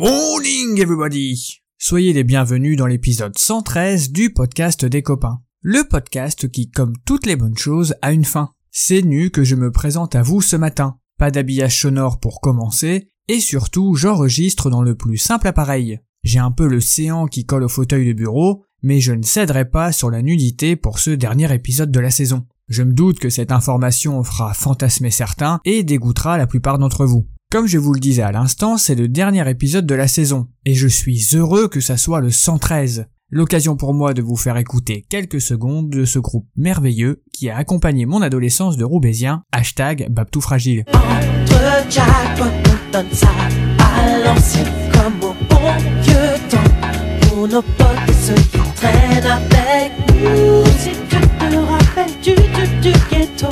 Morning everybody! Soyez les bienvenus dans l'épisode 113 du podcast des copains. Le podcast qui, comme toutes les bonnes choses, a une fin. C'est nu que je me présente à vous ce matin. Pas d'habillage sonore pour commencer, et surtout j'enregistre dans le plus simple appareil. J'ai un peu le séant qui colle au fauteuil de bureau, mais je ne céderai pas sur la nudité pour ce dernier épisode de la saison. Je me doute que cette information fera fantasmer certains et dégoûtera la plupart d'entre vous. Comme je vous le disais à l'instant, c'est le dernier épisode de la saison, et je suis heureux que ça soit le 113. L'occasion pour moi de vous faire écouter quelques secondes de ce groupe merveilleux qui a accompagné mon adolescence de Roubaisien, #Babtoufragile. Entre Jack, on donne ça à l'ancien comme au bon vieux temps. Pour nos potes et ceux qui traînent avec nous, si tu te rappelles du ghetto.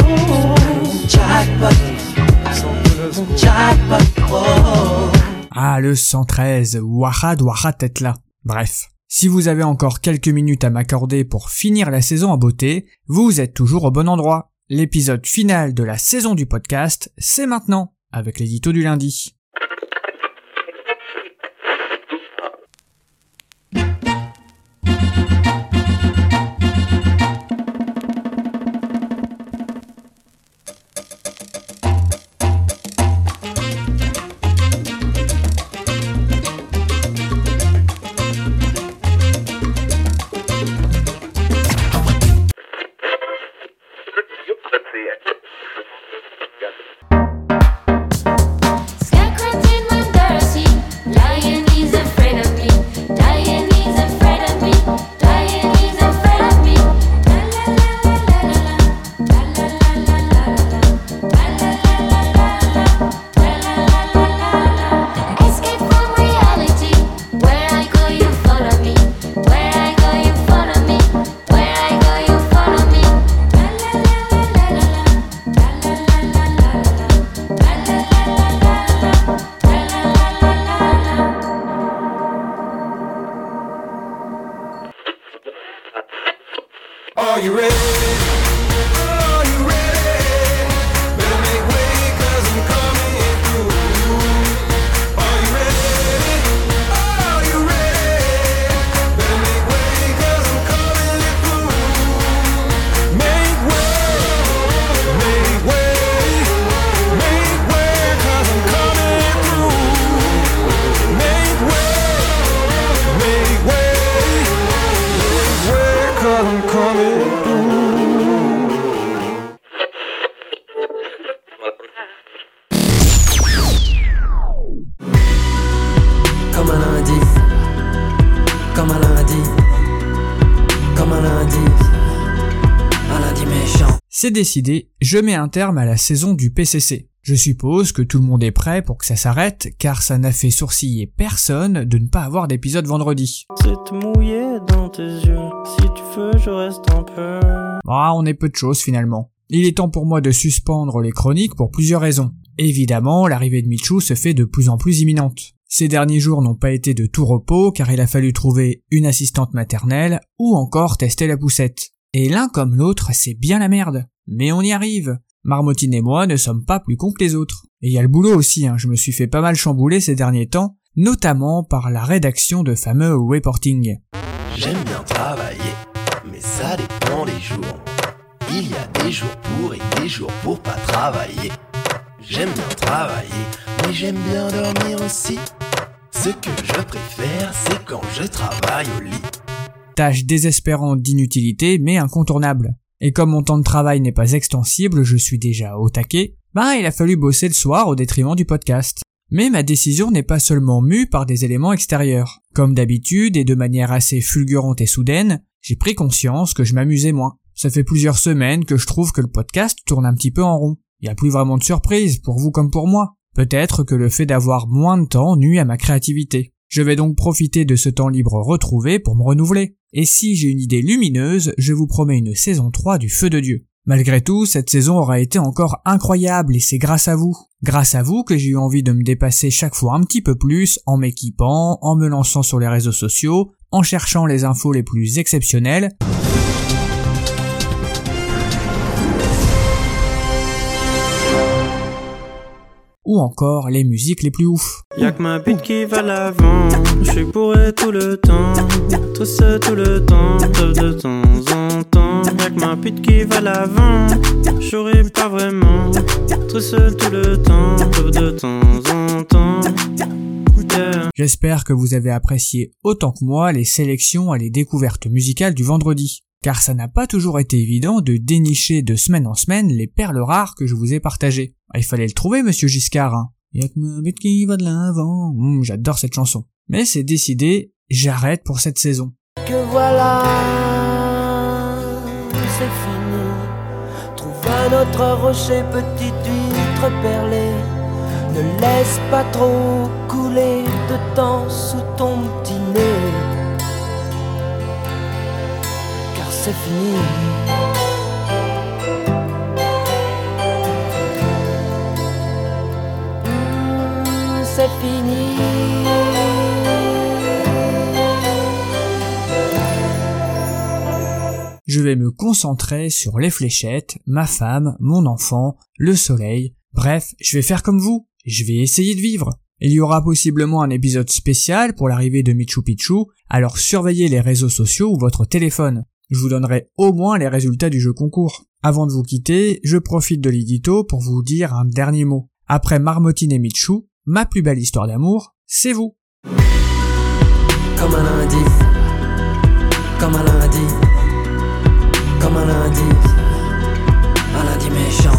Jackpot, oh. Ah, le 113, Wahad tête là. Bref. Si vous avez encore quelques minutes à m'accorder pour finir la saison en beauté, vous êtes toujours au bon endroit. L'épisode final de la saison du podcast, c'est maintenant, avec l'édito du lundi. Are you ready? Are you ready? Better make way 'cause I'm coming through. Are you ready? Are you ready? Better make way 'cause I'm coming through. Make way, make way, make way 'cause I'm coming through. Make way, make way, make way 'cause I'm coming. Comme un lundi, comme un lundi, comme un lundi méchant. C'est décidé, je mets un terme à la saison du PCC. Je suppose que tout le monde est prêt pour que ça s'arrête, car ça n'a fait sourciller personne de ne pas avoir d'épisode vendredi. C'est te mouiller dans tes yeux. Si tu veux, je reste un peu. Ah, on est peu de choses finalement. Il est temps pour moi de suspendre les chroniques pour plusieurs raisons. Évidemment, l'arrivée de Michou se fait de plus en plus imminente. Ces derniers jours n'ont pas été de tout repos car il a fallu trouver une assistante maternelle ou encore tester la poussette. Et l'un comme l'autre, c'est bien la merde. Mais on y arrive. Marmotine et moi ne sommes pas plus cons que les autres. Et il y a le boulot aussi, je me suis fait pas mal chambouler ces derniers temps, notamment par la rédaction de fameux reporting. J'aime bien travailler, mais ça dépend des jours. Il y a des jours pour et des jours pour pas travailler. J'aime bien travailler, mais j'aime bien dormir aussi. Ce que je préfère, c'est quand je travaille au lit. Tâche désespérante d'inutilité, mais incontournable. Et comme mon temps de travail n'est pas extensible, je suis déjà au taquet, il a fallu bosser le soir au détriment du podcast. Mais ma décision n'est pas seulement mue par des éléments extérieurs. Comme d'habitude, et de manière assez fulgurante et soudaine, j'ai pris conscience que je m'amusais moins. Ça fait plusieurs semaines que je trouve que le podcast tourne un petit peu en rond. Il n'y a plus vraiment de surprise, pour vous comme pour moi. Peut-être que le fait d'avoir moins de temps nuit à ma créativité. Je vais donc profiter de ce temps libre retrouvé pour me renouveler. Et si j'ai une idée lumineuse, je vous promets une saison 3 du Feu de Dieu. Malgré tout, cette saison aura été encore incroyable et c'est grâce à vous. Grâce à vous que j'ai eu envie de me dépasser chaque fois un petit peu plus en m'équipant, en me lançant sur les réseaux sociaux, en cherchant les infos les plus exceptionnelles. ou encore les musiques les plus ouf. Y'a que ma bite qui va l'avant, je suis bourré tout le temps, triste tout le temps, rêve de temps en temps. Y'a que ma bite qui va l'avant, je souris pas vraiment, triste tout le temps, rêve de temps en temps. Yeah. J'espère que vous avez apprécié autant que moi les sélections et les découvertes musicales du vendredi, car ça n'a pas toujours été évident de dénicher de semaine en semaine les perles rares que je vous ai partagées. Il fallait le trouver, monsieur Giscard, hein. Y'a que ma bite qui va de l'avant. J'adore cette chanson. Mais c'est décidé, j'arrête pour cette saison. Que voilà, c'est fini. Trouve un autre rocher, petite huître perlée. Ne laisse pas trop couler de temps sous ton petit nez, car c'est fini. C'est fini. Je vais me concentrer sur les fléchettes, ma femme, mon enfant, le soleil. Bref, je vais faire comme vous. Je vais essayer de vivre. Il y aura possiblement un épisode spécial pour l'arrivée de Michou Pichou, alors surveillez les réseaux sociaux ou votre téléphone. Je vous donnerai au moins les résultats du jeu concours. Avant de vous quitter, je profite de l'édito pour vous dire un dernier mot. Après Marmotine et Michou, ma plus belle histoire d'amour, c'est vous. Comme un lundi, comme un lundi, comme un lundi méchant.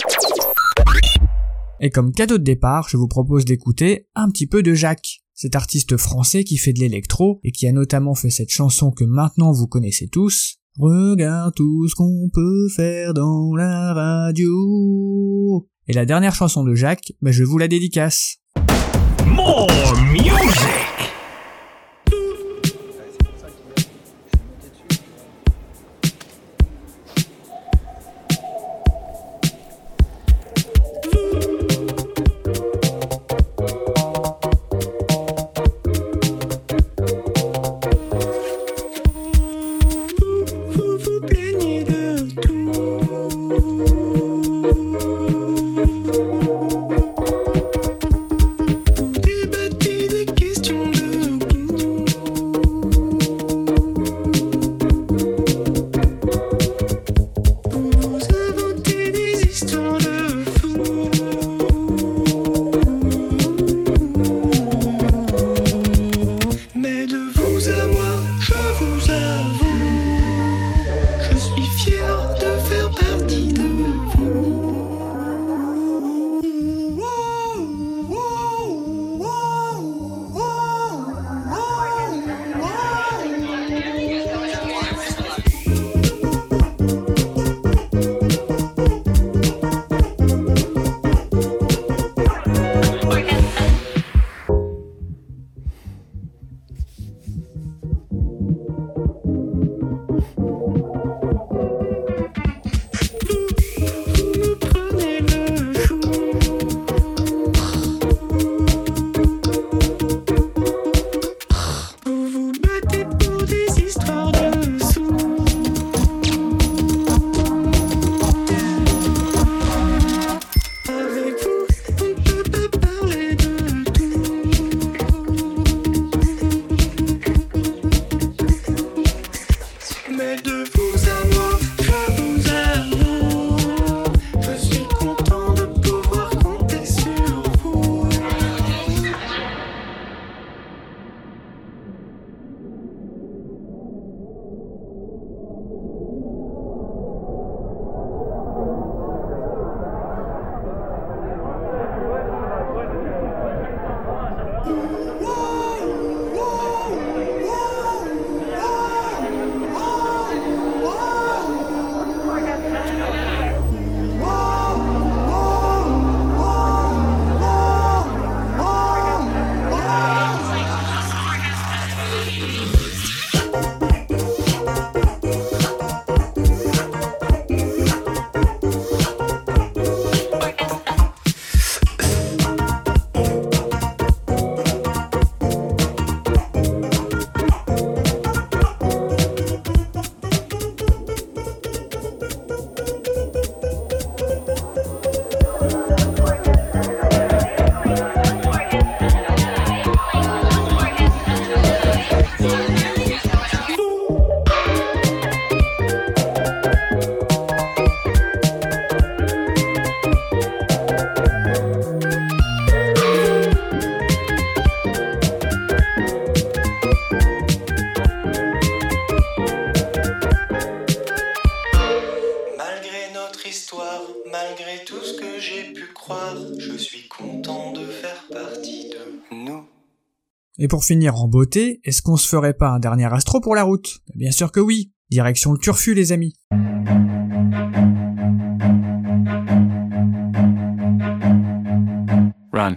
Et comme cadeau de départ, je vous propose d'écouter un petit peu de Jacques, cet artiste français qui fait de l'électro et qui a notamment fait cette chanson que maintenant vous connaissez tous. Regarde tout ce qu'on peut faire dans la radio. Et la dernière chanson de Jacques, je vous la dédicace. More music! Questions de Malgré tout ce que j'ai pu croire, je suis content de faire partie de nous. Et pour finir en beauté, est-ce qu'on se ferait pas un dernier astro pour la route ? Bien sûr que oui. Direction le Turfu, les amis. Run.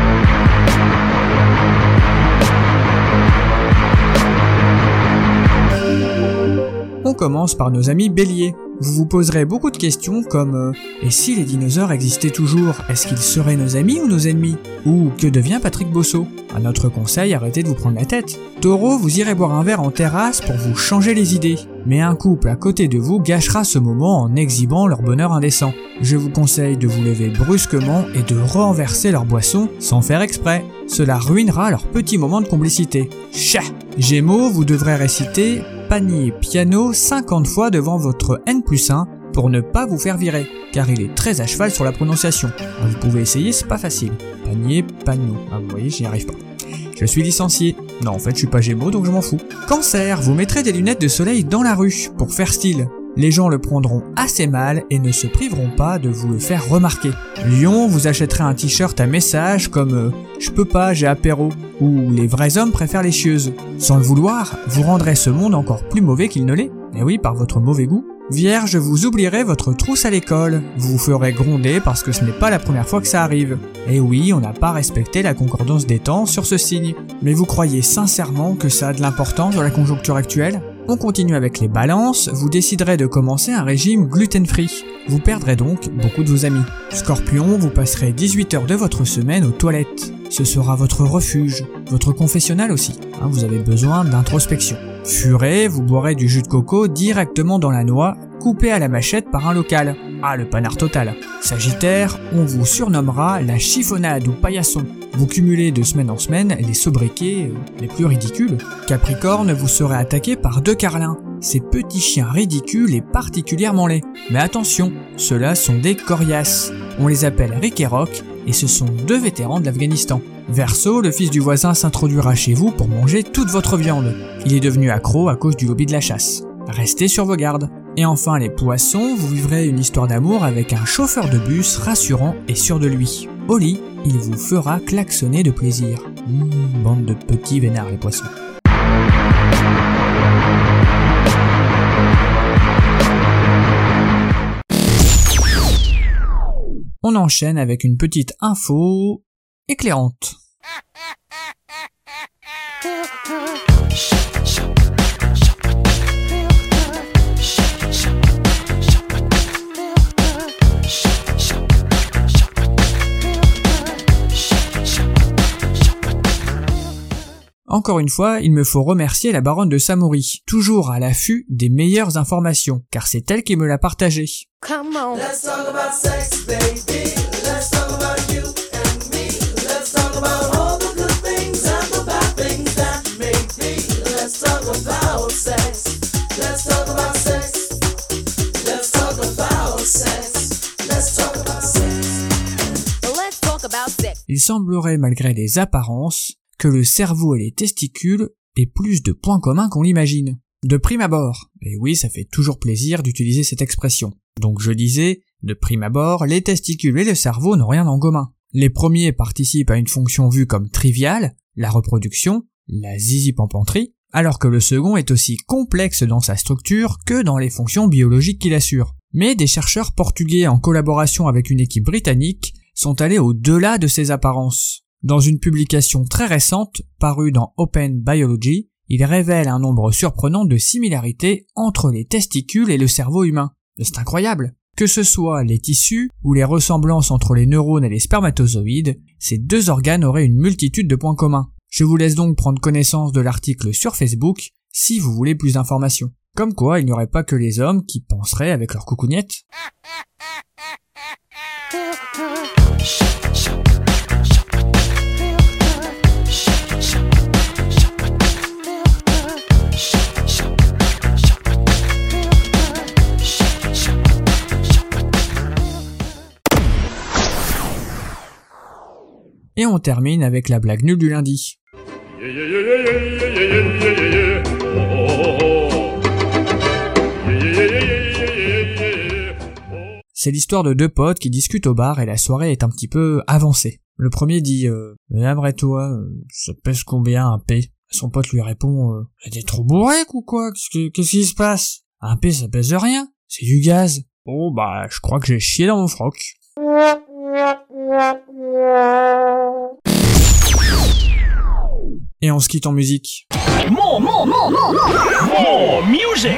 On commence par nos amis béliers. Vous vous poserez beaucoup de questions comme et si les dinosaures existaient toujours, est-ce qu'ils seraient nos amis ou nos ennemis ? Ou que devient Patrick Bosso ? À notre conseil, arrêtez de vous prendre la tête. Taureau, vous irez boire un verre en terrasse pour vous changer les idées. Mais un couple à côté de vous gâchera ce moment en exhibant leur bonheur indécent. Je vous conseille de vous lever brusquement et de renverser leur boisson sans faire exprès. Cela ruinera leur petit moment de complicité. Chat ! Gémeaux, vous devrez réciter panier piano 50 fois devant votre N+1 pour ne pas vous faire virer, car il est très à cheval sur la prononciation. Vous pouvez essayer, c'est pas facile. Panier, panneau. Ah vous voyez, j'y arrive pas. Je suis licencié. Non, en fait, je suis pas Gémeaux, donc je m'en fous. Cancer, vous mettrez des lunettes de soleil dans la rue, pour faire style. Les gens le prendront assez mal et ne se priveront pas de vous le faire remarquer. Lion, vous achèterez un t-shirt à message comme je peux pas, j'ai apéro, ou les vrais hommes préfèrent les chieuses. Sans le vouloir, vous rendrez ce monde encore plus mauvais qu'il ne l'est. Et oui, par votre mauvais goût. Vierge, vous oublierez votre trousse à l'école. Vous vous ferez gronder parce que ce n'est pas la première fois que ça arrive. Et oui, on n'a pas respecté la concordance des temps sur ce signe. Mais vous croyez sincèrement que ça a de l'importance dans la conjoncture actuelle ? On continue avec les balances, vous déciderez de commencer un régime gluten-free. Vous perdrez donc beaucoup de vos amis. Scorpion, vous passerez 18 heures de votre semaine aux toilettes. Ce sera votre refuge, votre confessionnal aussi. Vous avez besoin d'introspection. Furet, vous boirez du jus de coco directement dans la noix, coupé à la machette par un local. Ah, le panard total. Sagittaire, on vous surnommera la chiffonnade ou paillasson. Vous cumulez de semaine en semaine les sobriquets les plus ridicules. Capricorne, vous serez attaqué par 2 carlins. Ces petits chiens ridicules et particulièrement laids. Mais attention, ceux-là sont des coriaces. On les appelle Rick et Rock, et ce sont 2 vétérans de l'Afghanistan. Verseau, le fils du voisin s'introduira chez vous pour manger toute votre viande. Il est devenu accro à cause du lobby de la chasse. Restez sur vos gardes. Et enfin les poissons, vous vivrez une histoire d'amour avec un chauffeur de bus rassurant et sûr de lui. Au lit, il vous fera klaxonner de plaisir. Bande de petits vénards les poissons. On enchaîne avec une petite info éclairante. Encore une fois, il me faut remercier la baronne de Samori, toujours à l'affût des meilleures informations, car c'est elle qui me l'a partagé. Come on. Let's talk about sex, baby. Let's talk about you and me. Let's talk about all the good things and the bad things that make me. Let's talk about sex. Let's talk about sex. Let's talk about sex. Let's talk about sex. Let's talk about sex. Il semblerait, malgré les apparences, que le cerveau et les testicules aient plus de points communs qu'on l'imagine. De prime abord, et oui, ça fait toujours plaisir d'utiliser cette expression. Donc je disais, de prime abord, les testicules et le cerveau n'ont rien en commun. Les premiers participent à une fonction vue comme triviale, la reproduction, la zizi-pampanterie, alors que le second est aussi complexe dans sa structure que dans les fonctions biologiques qu'il assure. Mais des chercheurs portugais en collaboration avec une équipe britannique sont allés au-delà de ces apparences. Dans une publication très récente, parue dans Open Biology, il révèle un nombre surprenant de similarités entre les testicules et le cerveau humain. C'est incroyable. Que ce soit les tissus ou les ressemblances entre les neurones et les spermatozoïdes, ces 2 organes auraient une multitude de points communs. Je vous laisse donc prendre connaissance de l'article sur Facebook si vous voulez plus d'informations. Comme quoi, il n'y aurait pas que les hommes qui penseraient avec leur coucougnette. Et on termine avec la blague nulle du lundi. C'est l'histoire de deux potes qui discutent au bar et la soirée est un petit peu avancée. Le premier dit mais après toi, ça pèse combien un P? Son pote lui répond t'es trop bourré ou quoi? Qu'est-ce qui se passe? Un P ça pèse rien, c'est du gaz. Oh bah je crois que j'ai chié dans mon froc. Et on se quitte en musique. More music.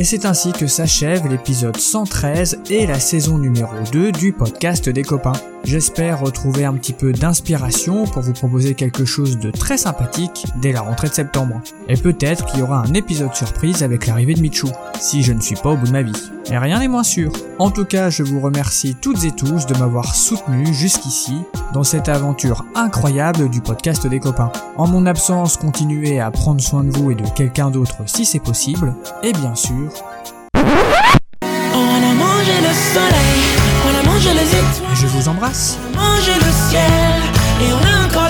Et c'est ainsi que s'achève l'épisode 113 et la saison numéro 2 du podcast des copains. J'espère retrouver un petit peu d'inspiration pour vous proposer quelque chose de très sympathique dès la rentrée de septembre. Et peut-être qu'il y aura un épisode surprise avec l'arrivée de Michou, si je ne suis pas au bout de ma vie. Et rien n'est moins sûr. En tout cas, je vous remercie toutes et tous de m'avoir soutenu jusqu'ici dans cette aventure incroyable du podcast des copains. En mon absence, continuez à prendre soin de vous et de quelqu'un d'autre si c'est possible. Et bien sûr... On a mangé le soleil, on a mangé les étoiles, je vous embrasse. on a mangé le ciel, et on a encore